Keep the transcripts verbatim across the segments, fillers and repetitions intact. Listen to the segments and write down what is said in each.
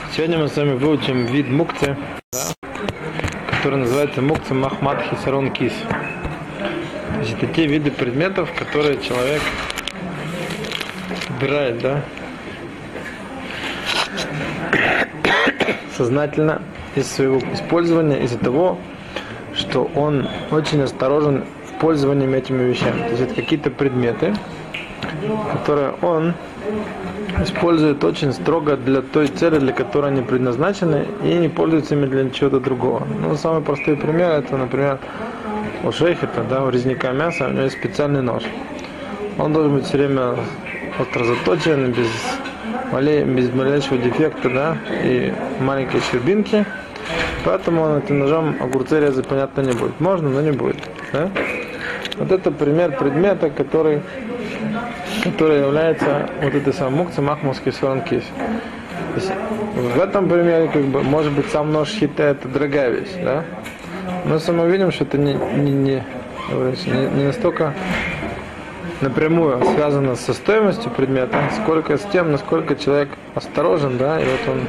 Сегодня мы с вами выучим вид мукцы, да, который называется мукцы Махмад Хисарон Кис. То есть это те виды предметов, которые человек убирает, да, сознательно из своего использования, из-за того, что он очень осторожен в пользовании этими вещами. То есть это какие-то предметы, которые он использует очень строго для той цели, для которой они предназначены, и не пользуется ими для чего-то другого. Ну, самый простой пример, это, например, у шейхета, да, у резняка мяса, у него есть специальный нож. Он должен быть все время остро заточен, без, без малейшего дефекта, да, и маленькой щербинки. Поэтому он этим ножом огурцы резать, понятно, не будет. Можно, но не будет. Да? Вот это пример предмета, который, который является вот этой самой мукцей Махмад Хисарон Кис. В этом примере, как бы, может быть, сам нож хите это дорогая вещь, да? Мы сами видим, что это не, не, не, не, не настолько напрямую связано со стоимостью предмета, сколько с тем, насколько человек осторожен, да, и вот он,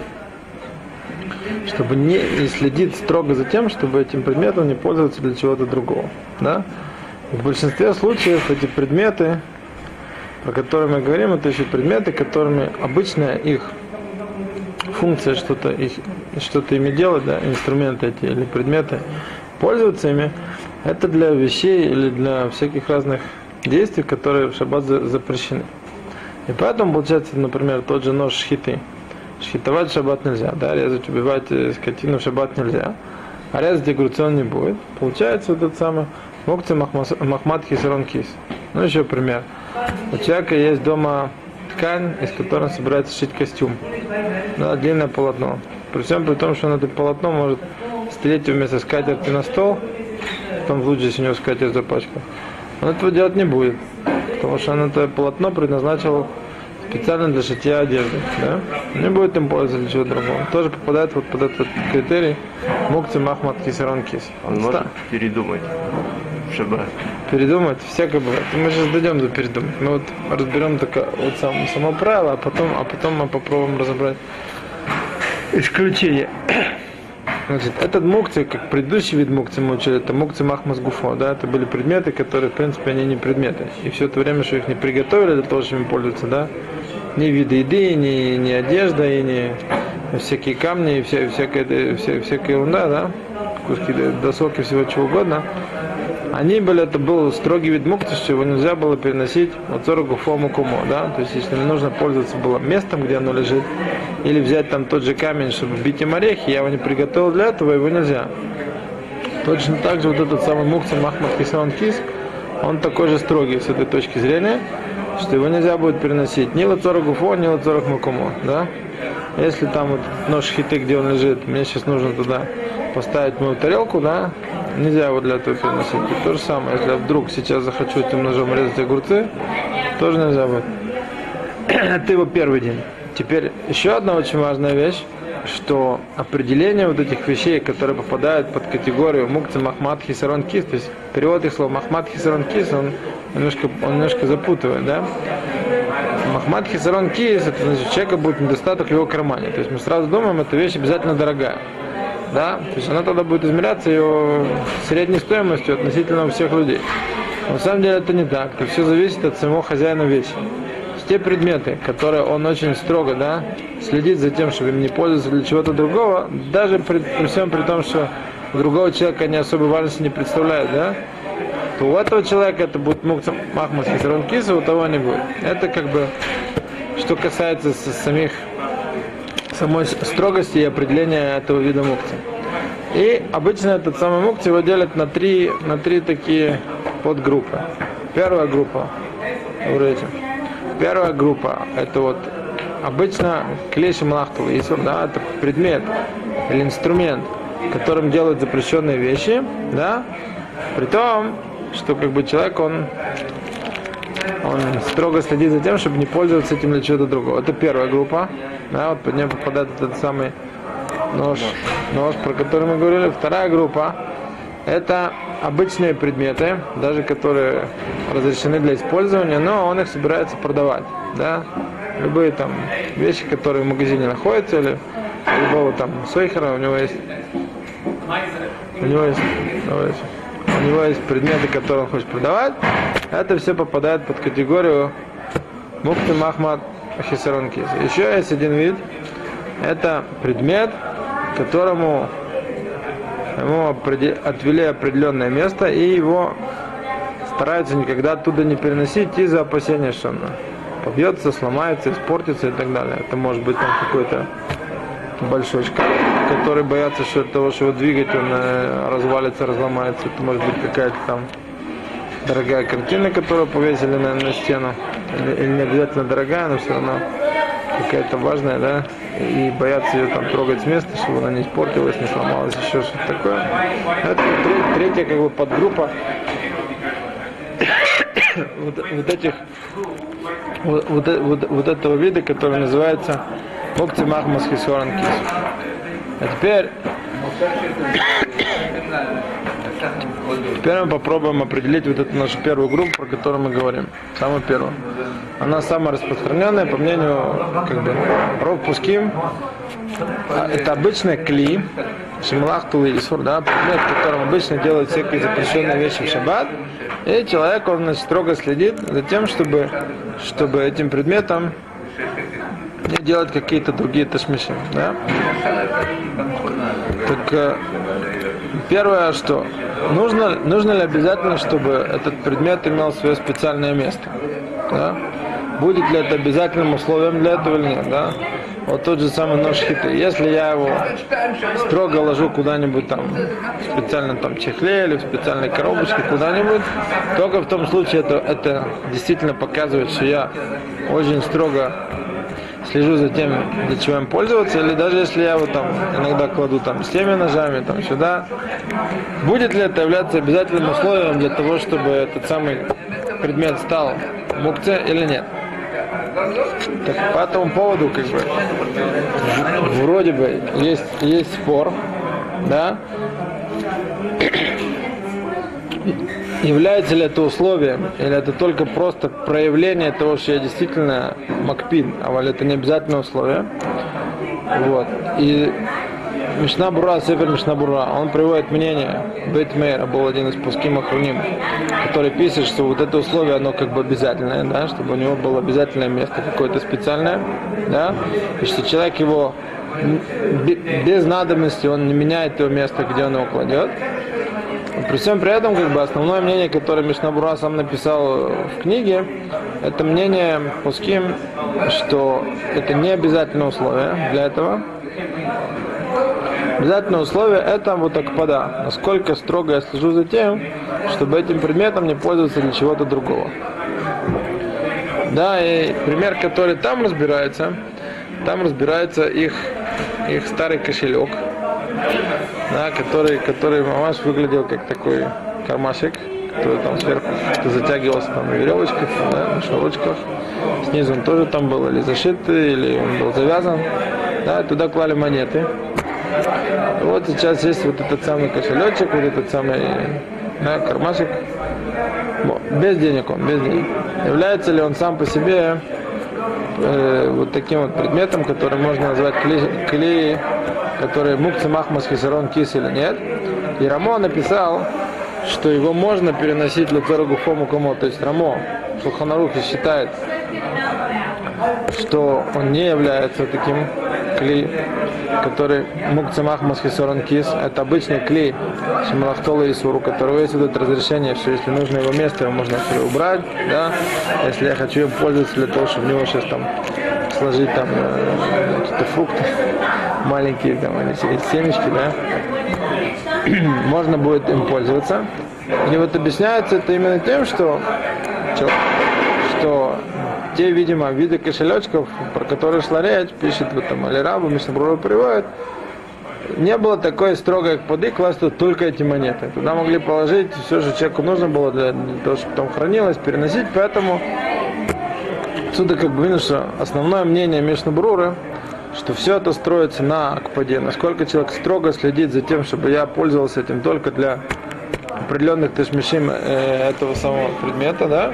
чтобы не и следит строго за тем, чтобы этим предметом не пользоваться для чего-то другого, да. В большинстве случаев эти предметы, про которые мы говорим, это еще предметы, которыми обычно их функция что-то их что-то ими делать, да, инструменты эти или предметы, пользоваться ими, это для вещей или для всяких разных действий, которые в шаббат запрещены. И поэтому получается, например, тот же нож шхиты. Шхитовать в шаббат нельзя, да, резать, убивать скотину в шаббат нельзя, а резать огурцы он не будет. Получается вот этот самый мукцей Махмад Хисарон Кис. Ну еще пример. У человека есть дома ткань, из которой он собирается шить костюм. Да, длинное полотно. При всем при том, что он это полотно может стереть вместо скатерти на стол, потом в случае, если у него скатерть запачкала. Он этого делать не будет, потому что он это полотно предназначил специально для шитья одежды. Да? Не будет им пользоваться для чего другого. Он тоже попадает вот под этот критерий мукцей Махмад Хисарон Кис. Он Ста- может передумать в шаббат. Передумать, всякое бывает. Мы сейчас дойдем до передумать. Мы вот разберем только вот сам, само правило, а потом, а потом мы попробуем разобрать исключение. Значит, этот мукцей, как предыдущий вид мукцей мы учили, это мукцей Махмад Гуфо, да, это были предметы, которые, в принципе, они не предметы. И все это время, что их не приготовили для того, чтобы им пользоваться, да, ни виды еды, ни, ни одежда, и ни всякие камни, и вся, всякая, вся, всякая ерунда, да, куски досок и всего чего угодно. Они были, это был строгий вид мукцы, что его нельзя было переносить от сорок гуфо мукумо, да, то есть если мне нужно пользоваться было местом, где оно лежит, или взять там тот же камень, чтобы бить им орехи, я его не приготовил для этого, его нельзя. Точно так же вот этот самый мукцей Махмад Хисарон Кис, он такой же строгий с этой точки зрения, что его нельзя будет переносить ни от сорок гуфо, ни от сорок мукумо, да. Если там вот нож хиты, где он лежит, мне сейчас нужно туда поставить мою тарелку, да, нельзя его для этого переносить. И то же самое, если я вдруг сейчас захочу этим ножом резать огурцы, тоже нельзя будет. Это его первый день. Теперь еще одна очень важная вещь, что определение вот этих вещей, которые попадают под категорию мукцей Махмад Хисарон Кис, то есть перевод их слов Махмад Хисарон Кис, он немножко, он немножко запутывает, да. Махмад Хисарон Кис, это значит, у человека будет недостаток в его кармане. То есть мы сразу думаем, эта вещь обязательно дорогая. Да? То есть она тогда будет измеряться ее средней стоимостью относительно у всех людей. Но на самом деле это не так. Это все зависит от самого хозяина вещи. Те предметы, которые он очень строго, да, следит за тем, чтобы им не пользоваться для чего-то другого, даже при, при всем при том, что у другого человека они особой важности не представляют, да, то у этого человека это будет мукцей Махмад Хисарон Кис, а у того не будет. Это как бы, что касается самих самой строгости и определения этого вида мукци. И обычно этот самый мукци его делят на три, на три такие подгруппы. Первая группа, говорите, первая группа, это вот обычно клейши малахтул, да, это предмет или инструмент, которым делают запрещенные вещи, да, при том, что как бы человек, он он строго следит за тем, чтобы не пользоваться этим для чего-то другого. Это первая группа, да, вот под нее попадает этот самый нож, нож, про который мы говорили. Вторая группа – это обычные предметы, даже которые разрешены для использования, но он их собирается продавать, да, любые там вещи, которые в магазине находятся, или любого там Сойхера, у него есть, у него есть, у него есть предметы, которые он хочет продавать, это все попадает под категорию мукцы махмад хисарон кис. Еще есть один вид, это предмет, которому ему отвели определенное место, и его стараются никогда оттуда не переносить из-за опасения, что он побьется, сломается, испортится и так далее. Это может быть там какой-то большой шкаф, который боятся, что от того, что его двигать, он развалится, разломается. Это может быть какая-то там дорогая картина, которую повесили на, на стену. Или, или не обязательно дорогая, но все равно какая-то важная, да, и боятся ее там трогать с места, чтобы она не испортилась, не сломалась, еще что-то такое. Это третья как бы подгруппа вот, вот этих вот, вот, вот, вот этого вида, который называется мукцы махмас хисоран кис. А теперь Теперь мы попробуем определить вот эту нашу первую группу, про которую мы говорим. Самую первую. Она самая распространенная, по мнению, как бы, ров пуским. Это обычная кли, шимлах тулы исур, да, предмет, которым обычно делают всякие запрещенные вещи в шаббат. И человек, он, значит, строго следит за тем, чтобы, чтобы этим предметом не делать какие-то другие ташмиши, да. Так, первое, что нужно, нужно ли обязательно, чтобы этот предмет имел свое специальное место, да? Будет ли это обязательным условием для этого или нет, да? Вот тот же самый нож хитрый. Если я его строго ложу куда-нибудь там, в специальном там чехле или в специальной коробочке куда-нибудь, только в том случае это, это действительно показывает, что я очень строго слежу за тем, для чего им пользоваться, или даже если я его там иногда кладу там с теми ножами, там сюда, будет ли это являться обязательным условием для того, чтобы этот самый предмет стал мукце или нет? Так, по этому поводу, как бы, вроде бы есть, есть спор, да? Является ли это условием, или это только просто проявление того, что я действительно макпин, а это не обязательное условие. Вот. И Мишна Бура, Сефер Мишна Бура, он приводит мнение, Бейт Мейра был один из пуским охраним, который пишет, что вот это условие, оно как бы обязательное, да, чтобы у него было обязательное место какое-то специальное, да, и что человек его без надобности, он не меняет то место, где он его кладет. При всем при этом, как бы, основное мнение, которое Мишна Бура сам написал в книге, это мнение пуским, что это не обязательное условие для этого. Обязательное условие это вот акпада. Насколько строго я слежу за тем, чтобы этим предметом не пользоваться для чего-то другого. Да, и пример, который там разбирается, там разбирается их, их старый кошелек, да, который, который мамаш выглядел как такой кармашек, который там сверху затягивался там на веревочках, да, на шнурочках. Снизу он тоже там был или зашит, или он был завязан. Да, туда клали монеты. И вот сейчас есть вот этот самый кошелечек, вот этот самый, да, кармашек. Без денег он, без денег. Является ли он сам по себе э, вот таким вот предметом, который можно назвать клей, клей который мукцы махмас хисарон кис или нет. И Рамо написал, что его можно переносить луцеру гуфому комо. То есть Рамо в Шулхан Арухе считает, что он не является таким клей, который мукцы махмас хисарон кис. Это обычный клей шималахтола и суру, у которого есть вот это разрешение, что если нужно его место, его можно все убрать, да. Если я хочу им пользоваться для того, чтобы в него сейчас там сложить там э, какие-то фрукты маленькие там или семечки, да, можно будет им пользоваться. И вот объясняется это именно тем, что, что те, видимо, виды кошелечков, про которые шла речь, пишет в этом Алирабу, Мишна Бура приводит, не было такой строгой поды класть тут только эти монеты. Туда могли положить все, что человеку нужно было для, для того, чтобы там хранилось, переносить, поэтому отсюда как бы видно, что основное мнение Мишны Буры, что все это строится на акпаде. Насколько человек строго следит за тем, чтобы я пользовался этим только для определенных ташмишим э, этого самого предмета, да,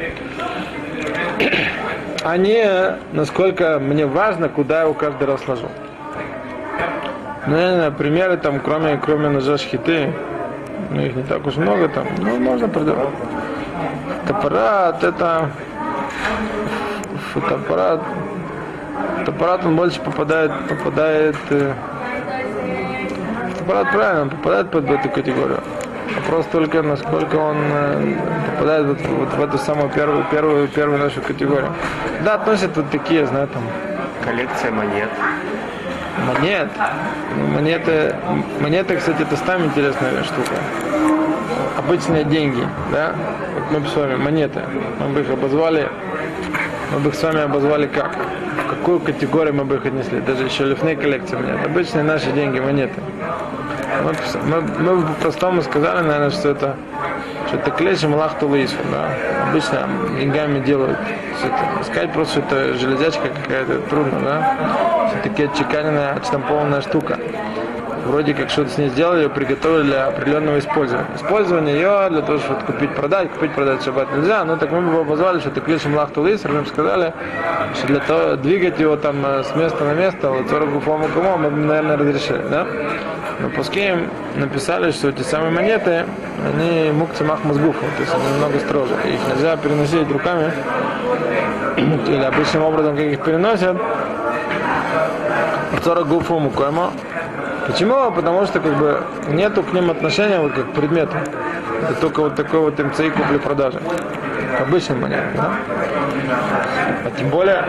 а не насколько мне важно, куда я его каждый раз ложу. Ну, я не знаю, примеры там, кроме, кроме ножа шхиты, ну, их не так уж много там, ну, можно продавать. Фотоаппарат, это... Фотоаппарат... Фотоаппарат, он больше попадает, попадает... Э, фотоаппарат правильно, он попадает под эту категорию. Вопрос только, насколько он э, попадает вот, вот в эту самую первую, первую, первую нашу категорию. Да, относят вот такие, знаете, там... Коллекция монет. Монет. Ну, монеты, монеты, кстати, это самая интересная штука. Обычные деньги, да? Вот мы бы с вами монеты, мы бы их обозвали, мы бы их с вами обозвали как? В какую категорию мы бы их отнесли? Даже еще лифные коллекции монет. Обычные наши деньги, монеты. Мы, мы, мы бы по-простому сказали, наверное, что это что это клещ и малах тулыйсу, да. Обычно деньгами делают. Это, сказать просто, что это железячка какая-то трудно, да. Все-таки отчеканенная, отштампованная штука. Вроде как что-то с ней сделали, ее приготовили для определенного использования. Использование ее для того, чтобы купить, продать, купить, продать в шаббат нельзя, но так мы бы обозвали, что это клещ и малах тулыйсу, мы бы сказали, что для того, двигать его там с места на место, вот сорок гуфому кому мы бы, наверное, разрешили, да. Но пускай написали, что эти самые монеты, они мукцы мах мазгуфу, то есть они немного строже. Их нельзя переносить руками, или обычным образом, как их переносят, сорок гуфу мукоему. Почему? Потому что как бы нету к ним отношения вот как к предмету. Это только вот такой вот эм цэ и купли-продажи. Обычные монеты, да? А тем более,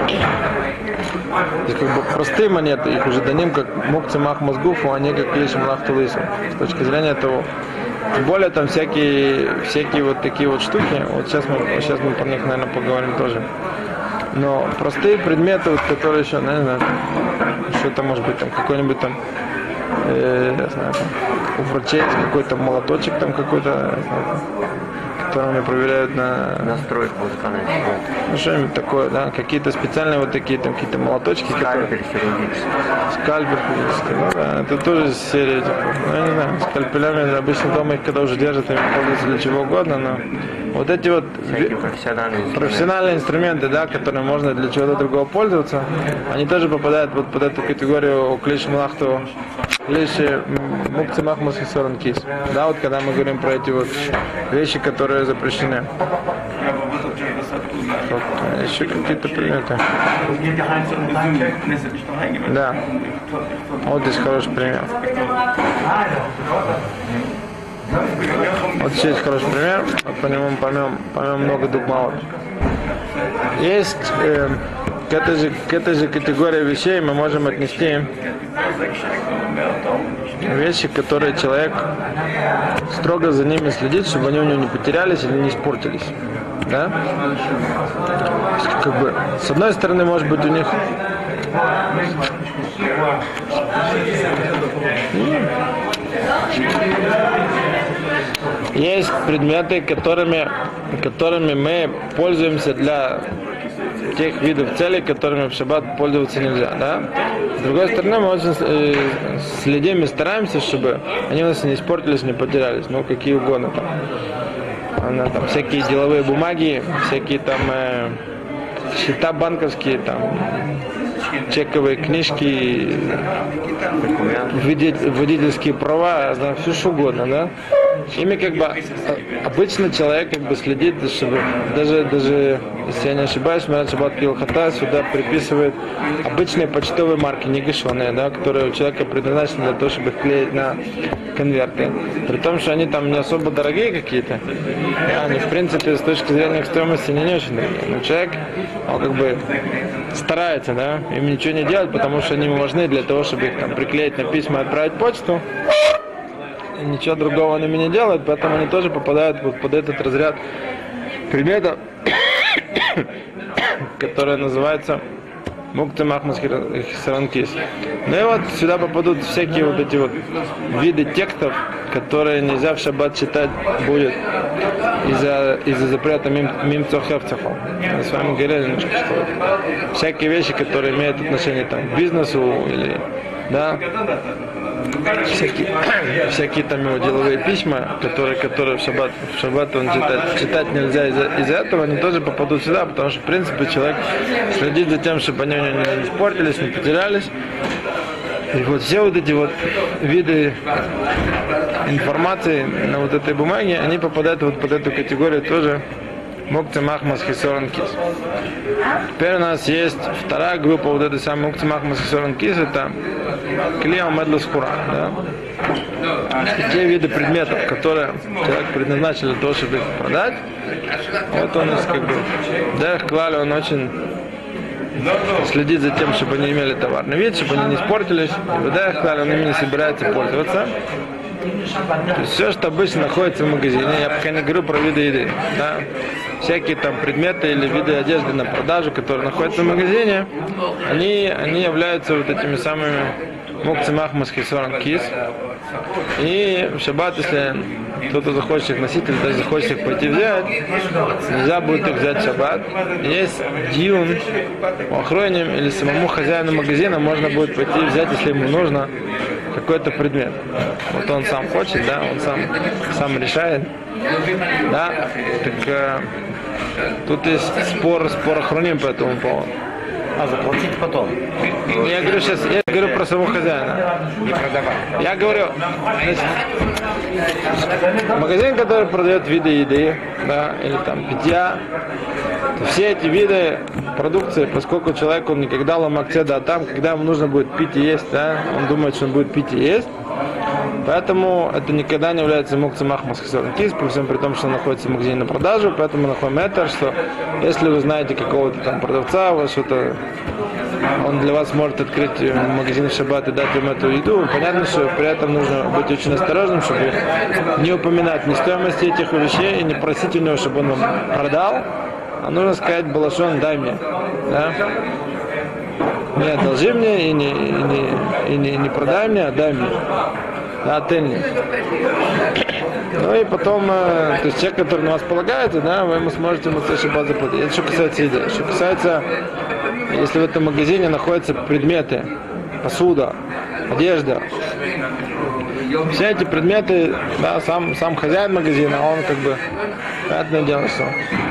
как бы простые монеты, их уже дадим как мукцы мах мазгуфу, а не как клещ малах тулыйсу. С точки зрения того. Тем более там всякие, всякие вот такие вот штуки. Вот сейчас мы, сейчас мы про них, наверное, поговорим тоже. Но простые предметы, вот, которые еще, не знаю, что-то может быть там какой-нибудь там, э, я знаю, там, у врачей какой-то молоточек там какой-то, я знаю, которым они проверяют на настройку музыкального инструмента. Ну что-нибудь такое, да, какие-то специальные вот такие там какие-то молоточки, Скальпель которые... хирургический. Скальпель хирургический, ну да, это тоже серия, типа, ну я не знаю, скальпелями обычно дома их когда уже держат, им пользуются для чего угодно, но вот эти вот Всякие профессиональные инструменты. профессиональные инструменты, да, которыми можно для чего-то другого пользоваться, они тоже попадают вот под эту категорию клещ малахту, клещ мукцы мах мусхисоран кис. Да, вот когда мы говорим про эти вот вещи, которые запрещены. Вот, еще какие-то предметы. Да. Вот здесь хороший пример. Вот здесь хороший пример. Вот по нему поймем, поймем много дугмалов. Есть э, к, этой же, к этой же категории вещей мы можем отнести вещи, которые человек строго за ними следит, чтобы они у него не потерялись или не испортились. Да? Как бы, с одной стороны, может быть, у них есть предметы, которыми, которыми мы пользуемся для тех видов целей, которыми в шаббат пользоваться нельзя, да? С другой стороны, мы очень э, следим и стараемся, чтобы они у нас не испортились, не потерялись, ну, какие угодно там. Она, там всякие деловые бумаги, всякие там э, счета банковские, там чековые книжки, водитель, водительские права, да, все что угодно, да. Ими как бы обычно человек как бы следит, чтобы даже, даже если я не ошибаюсь, Мират Шаббат Килхата сюда приписывает обычные почтовые марки, не гашеные, да, которые у человека предназначены для того, чтобы их клеить на конверты. При том, что они там не особо дорогие какие-то, они в принципе с точки зрения их стоимости не, не очень дорогие. Но человек, он как бы старается, да, им ничего не делать, потому что они ему важны для того, чтобы их там приклеить на письма и отправить почту. И ничего другого они не делают, поэтому они тоже попадают вот под этот разряд предметов, который называется мукцы мах мусхисоран кис. Ну и вот сюда попадут всякие вот эти вот виды текстов, которые нельзя в шаббат читать будет из-за из-за запрета мим, мим цохевцахов. Мы с вами говорили немножко, что всякие вещи, которые имеют отношение там, к бизнесу или, да, всякие, всякие там его деловые письма, которые, которые в шаббат, в шаббат он читать, читать нельзя из-за, из-за этого, они тоже попадут сюда, потому что в принципе человек следит за тем, чтобы они у него не испортились, не потерялись. И вот все вот эти вот виды информации на вот этой бумаге, они попадают вот под эту категорию тоже мукцы махмас хисоран кис. Теперь у нас есть вторая группа вот этой самой мукцы махмас хисоран кис, это клео медлес хура, да? Те виды предметов, которые человек предназначил для того, чтобы их продать, вот он из как бы, да, клали, он очень следит за тем, чтобы они имели товарный вид, чтобы они не испортились, и вода их клали, он ими не собирается пользоваться. То есть все, что обычно находится в магазине, я пока не говорю про виды еды, да, всякие там предметы или виды одежды на продажу, которые находятся в магазине, они, они являются вот этими самыми мукцы махмас хисоран кис. И в шаббат, если кто-то захочет их носить или даже захочет их пойти взять, нельзя будет их взять в шаббат. Есть дьюн у охроним или самому хозяину магазина можно будет пойти взять, если ему нужно какой-то предмет. Вот он сам хочет, да, он сам, сам решает, да, так э, тут есть спор, спор охроним по этому поводу. А заплатить потом. Я говорю сейчас, я говорю про самого хозяина. Не продавать. Я говорю, значит, магазин, который продает виды еды, да, или там питья, все эти виды продукции, поскольку человек, он никогда ламакце, да, там, когда ему нужно будет пить и есть, да, он думает, что он будет пить и есть, поэтому это никогда не является мукцы махмас хисоран кис, при всем при том, что он находится в магазине на продажу, поэтому мы находим это, что если вы знаете какого-то там продавца, у вас что-то, он для вас может открыть магазин в шаббат и дать им эту еду, понятно, что при этом нужно быть очень осторожным, чтобы не упоминать ни стоимости этих вещей и не просить у него, чтобы он вам продал, а нужно сказать балашон, дай мне, да? Не одолжи мне и не, и не, и не, не продай мне, а дай мне. Да, тельник. Ну и потом, э, то есть человек, который на вас полагается, да, вы ему сможете ему шаббат заплатить. Это что касается еды. Что касается, если в этом магазине находятся предметы, посуда, одежда, все эти предметы, да, сам, сам хозяин магазина, он как бы, понятное дело, что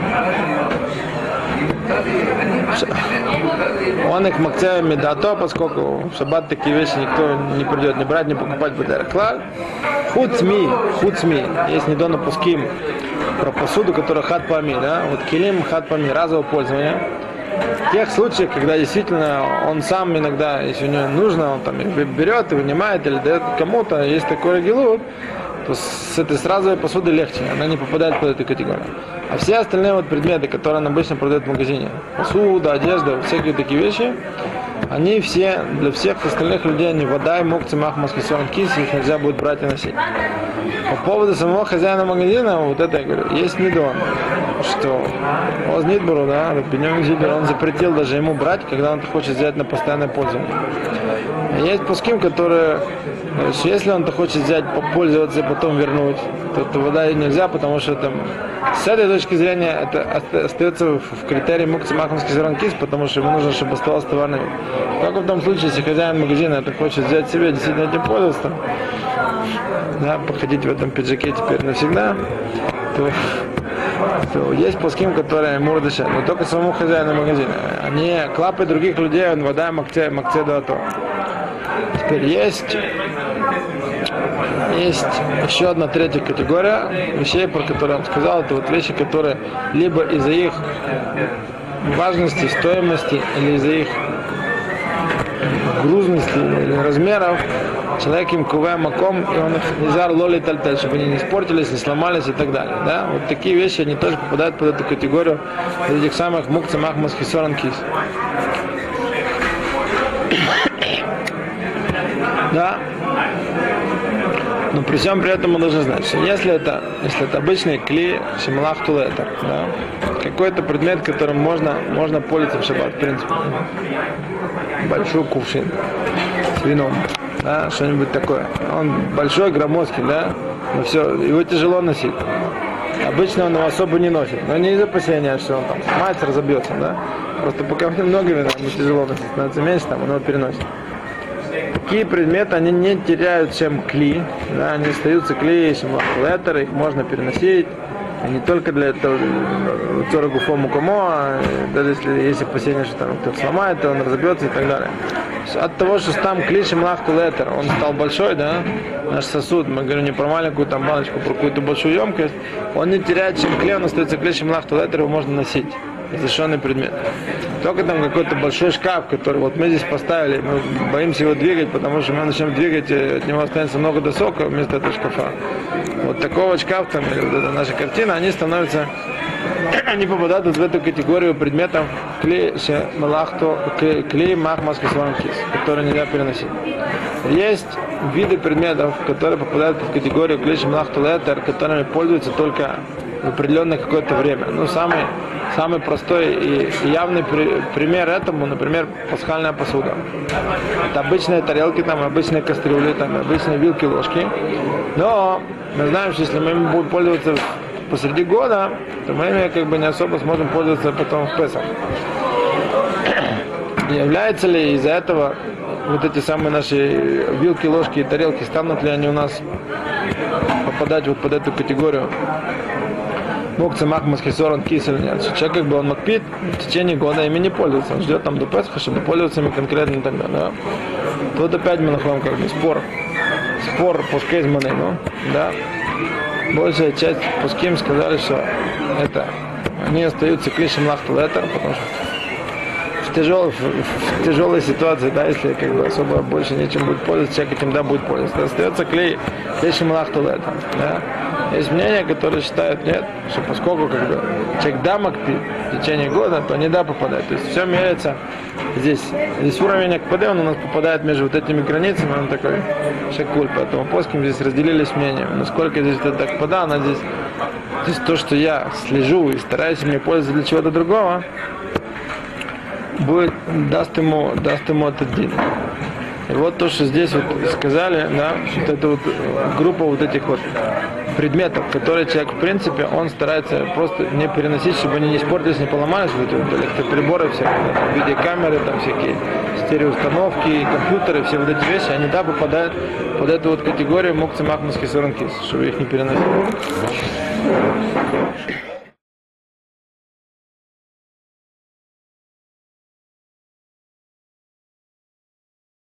он их макце медато, поскольку в шаббат такие вещи никто не придет не брать, не покупать бадерклар. Хуцми, хуцми, есть недавно пуским про посуду, которая хат-пами, да, вот килим хат-пами, разового пользования. В тех случаях, когда действительно он сам иногда, если у него нужно, он там берет и вынимает или дает кому-то, есть такой гилут, то с этой разовой посуды легче, она не попадает под эту категорию. А все остальные вот предметы, которые он обычно продает в магазине, посуда, одежда, всякие такие вещи, они все, для всех остальных людей, они вода и мукцы махмас хисоран кис, их нельзя будет брать и носить. По поводу самого хозяина магазина, вот это я говорю, есть недон, что Оз Нидбору, да, Беньямин Зильбер, он запретил даже ему брать, когда он хочет взять на постоянное пользование. Есть пуским, которые, если он хочет взять, попользоваться и потом вернуть, то, то вода нельзя, потому что там, с этой точки зрения это остается в критерии мукцы махмас хисоран кис, потому что ему нужно, чтобы оставался товарный вид. Только в том случае, если хозяин магазина это хочет взять себе, действительно этим пользоваться, да, походить в этом пиджаке теперь навсегда, то, то есть пуским, которые мурдышат, но только самому хозяину магазина. Они клапы других людей, он вода макце, макце дуато. Теперь есть, есть еще одна третья категория вещей, про которые я вам сказал, это вот вещи, которые либо из-за их важности, стоимости, или из-за их грузности или размеров, человек им кувая маком, и он их нельзя лоли тальталь, чтобы они не испортились, не сломались и так далее. Да? Вот такие вещи, они тоже попадают под эту категорию этих самых мукцы махмас хисоран кис. Да. Но при всем при этом мы должны знать, что если это, если это обычный кли шималах тулетер, да, какой-то предмет, которым можно, можно пользоваться в шаббат, в принципе, большой кувшин с вином, да, что-нибудь такое. Он большой, громоздкий, да, но все, его тяжело носить. Обычно он его особо не носит, но не из опасения, что он там сломается, разобьется, да. Просто пока много вина, ему тяжело носить, становится меньше, там он его переносит. Такие предметы, они не теряют чем кли, да, они остаются клей, летер, их можно переносить, И не только для этого цорогу фому комо, даже если есть опасения, что там кто-то сломает, то он разобьется и так далее. От того, что там клишем лахту летер, он стал большой, да, наш сосуд, мы говорим не про маленькую там баночку, про какую-то большую емкость, он не теряет, чем клей, он остается клишем лахту летер, его можно носить. Разрешенный предмет. Только там какой-то большой шкаф, который вот мы здесь поставили, мы боимся его двигать, потому что мы начнем двигать, от него останется много досок вместо этого шкафа. Вот такого шкафа, там, или вот эта наша картина, они становятся, они попадают вот в эту категорию предметов клей, малахто, клей, махмас, кисланкис, которые нельзя переносить. Есть виды предметов, которые попадают в категорию клей, малахто, летер, которыми пользуются только в определенное какое-то время. Ну, самый, самый простой и явный при, пример этому, например, пасхальная посуда. Это обычные тарелки, там, обычные кастрюли, там, обычные вилки, ложки. Но мы знаем, что если мы ими будем пользоваться посреди года, то мы ими как бы не особо сможем пользоваться потом в Песах. Является ли из-за этого вот эти самые наши вилки, ложки и тарелки, станут ли они у нас попадать вот под эту категорию мукцы, махмас, хисорон, кисель, нет. Человек как бы он макпит в течение года ими не пользуется. Он ждет там до Песха, чтобы пользоваться ими конкретно тогда, да. Тут опять мы находим как бы спор. Спор пускай изманы, ну, да. Большая часть пуским сказали, что это они остаются клишем лахту летер, потому что в тяжелой, в, в тяжелой ситуации, да, если как бы особо больше нечем будет пользоваться, человек этим да будет пользоваться. Остается клей, клишем лахту летер, да. Есть мнения, которые считают, нет, что поскольку как бы человек да макпит в течение года, то не да попадает. То есть все меряется здесь. Здесь уровень АКПД, он у нас попадает между вот этими границами, он такой шакуль. Поэтому плоским здесь разделились мнениями. Насколько здесь это АКПД, она здесь, здесь то, что я слежу и стараюсь мне пользоваться для чего-то другого, будет, даст ему, даст ему этот день. И вот то, что здесь вот сказали, да, вот эта вот группа вот этих вот предметов, которые человек, в принципе, он старается просто не переносить, чтобы они не испортились, не поломались, вот эти вот электроприборы всякие, да, видеокамеры, там всякие стереоустановки, компьютеры, все вот эти вещи, они, да, попадают под эту вот категорию мукцы, махмас, хисорон, кис, чтобы их не переносить.